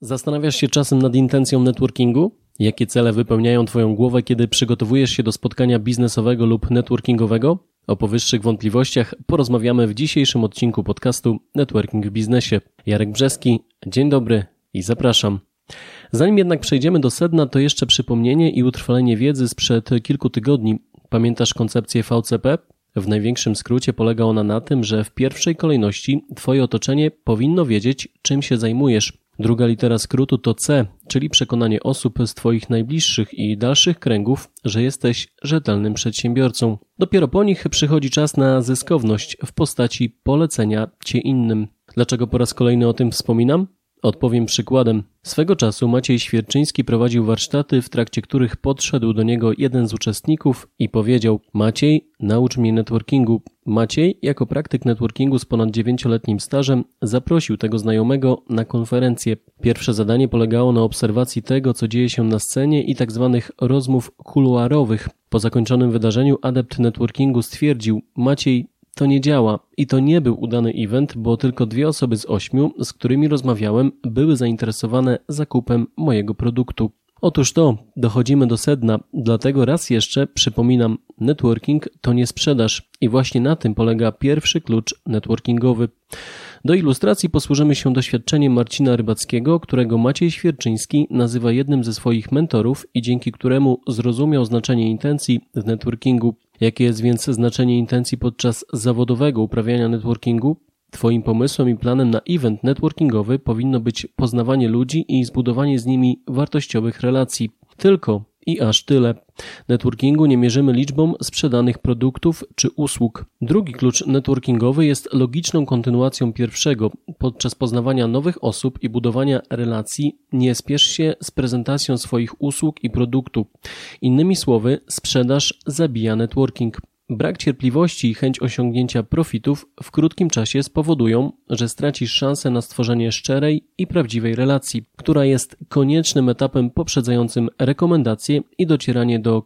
Zastanawiasz się czasem nad intencją networkingu? Jakie cele wypełniają Twoją głowę, kiedy przygotowujesz się do spotkania biznesowego lub networkingowego? O powyższych wątpliwościach porozmawiamy w dzisiejszym odcinku podcastu Networking w Biznesie. Jarek Brzeski, dzień dobry i zapraszam. Zanim jednak przejdziemy do sedna, to jeszcze przypomnienie i utrwalenie wiedzy sprzed kilku tygodni. Pamiętasz koncepcję VCP? W największym skrócie polega ona na tym, że w pierwszej kolejności Twoje otoczenie powinno wiedzieć, czym się zajmujesz. Druga litera skrótu to C, czyli przekonanie osób z Twoich najbliższych i dalszych kręgów, że jesteś rzetelnym przedsiębiorcą. Dopiero po nich przychodzi czas na zyskowność w postaci polecenia Cię innym. Dlaczego po raz kolejny o tym wspominam? Odpowiem przykładem. Swego czasu Maciej Świerczyński prowadził warsztaty, w trakcie których podszedł do niego jeden z uczestników i powiedział: Maciej, naucz mnie networkingu. Maciej, jako praktyk networkingu z ponad 9-letnim stażem, zaprosił tego znajomego na konferencję. Pierwsze zadanie polegało na obserwacji tego, co dzieje się na scenie i tak zwanych rozmów kuluarowych. Po zakończonym wydarzeniu adept networkingu stwierdził: Maciej, to nie działa i to nie był udany event, bo tylko 2 osoby z 8, z którymi rozmawiałem, były zainteresowane zakupem mojego produktu. Otóż dochodzimy do sedna, dlatego raz jeszcze przypominam, networking to nie sprzedaż i właśnie na tym polega pierwszy klucz networkingowy. Do ilustracji posłużymy się doświadczeniem Marcina Rybackiego, którego Maciej Świerczyński nazywa jednym ze swoich mentorów i dzięki któremu zrozumiał znaczenie intencji w networkingu. Jakie jest więc znaczenie intencji podczas zawodowego uprawiania networkingu? Twoim pomysłem i planem na event networkingowy powinno być poznawanie ludzi i zbudowanie z nimi wartościowych relacji. Tylko i aż tyle. Networkingu nie mierzymy liczbą sprzedanych produktów czy usług. Drugi klucz networkingowy jest logiczną kontynuacją pierwszego. Podczas poznawania nowych osób i budowania relacji nie spiesz się z prezentacją swoich usług i produktu. Innymi słowy, sprzedaż zabija networking. Brak cierpliwości i chęć osiągnięcia profitów w krótkim czasie spowodują, że stracisz szansę na stworzenie szczerej i prawdziwej relacji, która jest koniecznym etapem poprzedzającym rekomendacje i docieranie do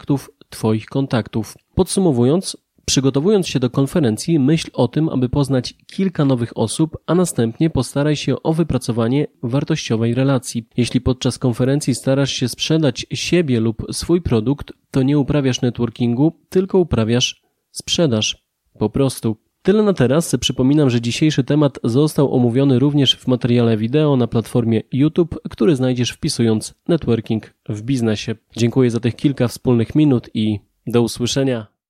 Twoich kontaktów. Podsumowując, przygotowując się do konferencji, myśl o tym, aby poznać kilka nowych osób, a następnie postaraj się o wypracowanie wartościowej relacji. Jeśli podczas konferencji starasz się sprzedać siebie lub swój produkt, to nie uprawiasz networkingu, tylko uprawiasz sprzedaż. Po prostu. Tyle na teraz. Przypominam, że dzisiejszy temat został omówiony również w materiale wideo na platformie YouTube, który znajdziesz wpisując networking w biznesie. Dziękuję za tych kilka wspólnych minut i do usłyszenia.